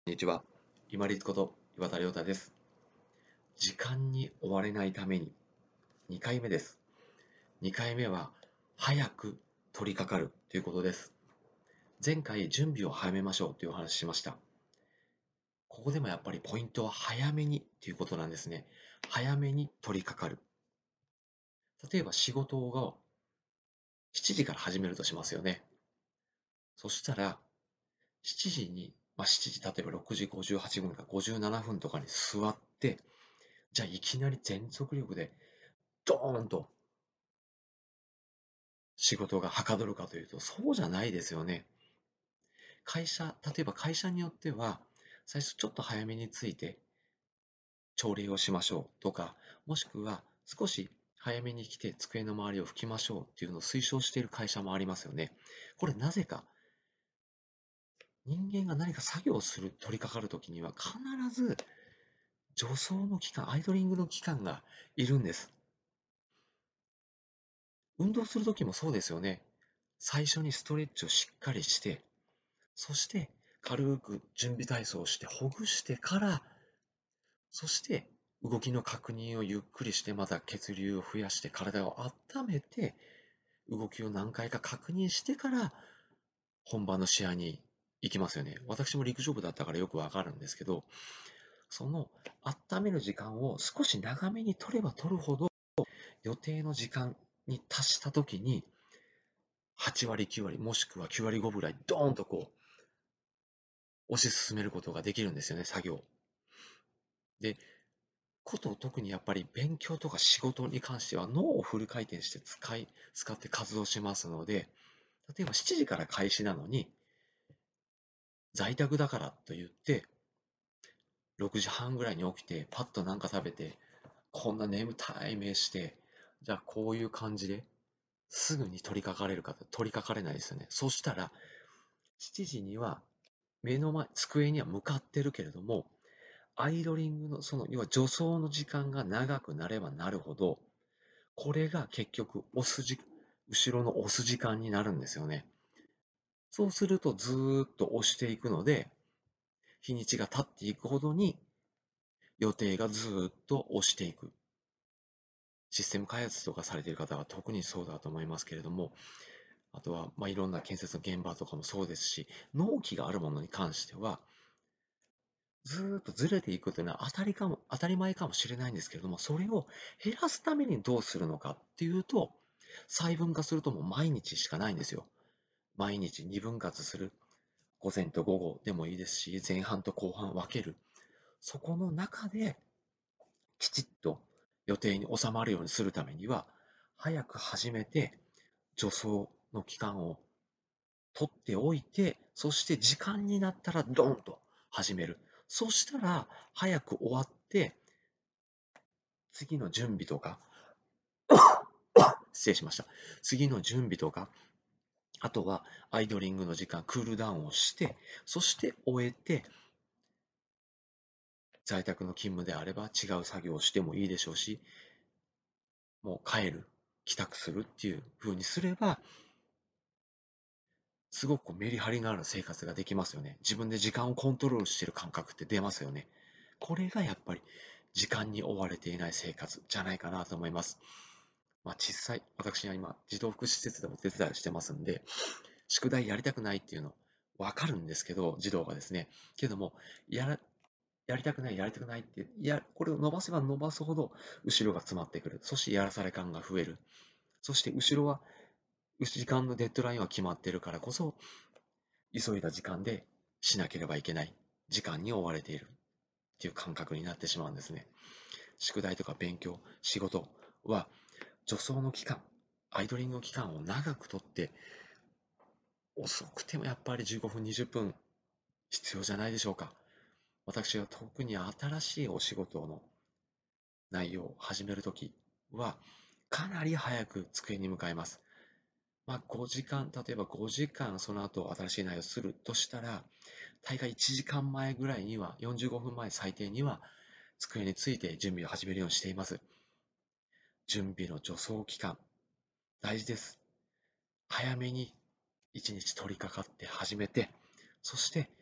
こんにちは。今立こと岩田亮太です。時間に追われないために2回目です。2回目は早く取り掛かるということです。前回準備を早めましょうというお話ししました。ここでもやっぱりポイントは早めにということなんですね。早めに取り掛かる。例えば仕事を7時から始めるとしますよね。そしたら7時に、7時、例えば6時58分か57分とかに座って、じゃあいきなり全速力でドーンと仕事がはかどるかというと、そうじゃないですよね。例えば会社によっては、最初ちょっと早めについて朝礼をしましょうとか、もしくは少し早めに来て机の周りを拭きましょうっていうのを推奨している会社もありますよね。これなぜか、人間が何か作業を取り掛かるときには必ず助走の期間、アイドリングの期間がいるんです。運動するときもそうですよね。最初にストレッチをしっかりして、そして軽く準備体操をしてほぐしてから、そして動きの確認をゆっくりして、また血流を増やして体を温めて、動きを何回か確認してから本番の試合に行きますよね。私も陸上部だったからよくわかるんですけど、その温める時間を少し長めに取れば取るほど、予定の時間に達した時に8割9割もしくは9割5分ぐらいドーンと推し進めることができるんですよね、作業で。特にやっぱり勉強とか仕事に関しては脳をフル回転して使って活動しますので、例えば7時から開始なのに、在宅だからと言って、6時半ぐらいに起きて、パッとなんか食べて、こんな眠たい目して、じゃあこういう感じですぐに取り掛かれるかと取り掛かれないですよね。そしたら、7時には目の前、机には向かってるけれども、アイドリングの、要は助走の時間が長くなればなるほど、これが結局後ろの押す時間になるんですよね。そうするとずーっと押していくので、日にちが経っていくほどに予定がずーっと押していく。システム開発とかされている方は特にそうだと思いますけれども、あとは、いろんな建設の現場とかもそうですし、納期があるものに関しては、ずーっとずれていくというのは当たり前かもしれないんですけれども、それを減らすためにどうするのかっていうと、細分化するともう毎日しかないんですよ。毎日2分割する。午前と午後でもいいですし、前半と後半分ける。そこの中できちっと予定に収まるようにするためには、早く始めて助走の期間を取っておいて、そして時間になったらドーンと始める。そしたら早く終わって、次の準備とか、失礼しました。次の準備とか、あとはアイドリングの時間、クールダウンをして、そして終えて、在宅の勤務であれば違う作業をしてもいいでしょうし、もう帰宅するっていう風にすれば、すごくメリハリのある生活ができますよね。自分で時間をコントロールしている感覚って出ますよね。これがやっぱり時間に追われていない生活じゃないかなと思います。私は今、児童福祉施設でも手伝いをしてますんで、宿題やりたくないっていうのわかるんですけど、児童がですね。けども、やら、やりたくない、やりたくないって、これを伸ばせば伸ばすほど、後ろが詰まってくる。そしてやらされ感が増える。そして時間のデッドラインは決まっているからこそ、急いだ時間でしなければいけない。時間に追われているっていう感覚になってしまうんですね。宿題とか勉強、仕事は、助走の期間、アイドリングの期間を長くとって、遅くてもやっぱり15分、20分必要じゃないでしょうか。私は特に新しいお仕事の内容を始めるときは、かなり早く机に向かいます。5時間、例えば5時間その後新しい内容をするとしたら、大概1時間前ぐらいには、45分前最低には、机について準備を始めるようにしています。準備の助走期間、大事です。早めに1日取り掛かって始めて、そして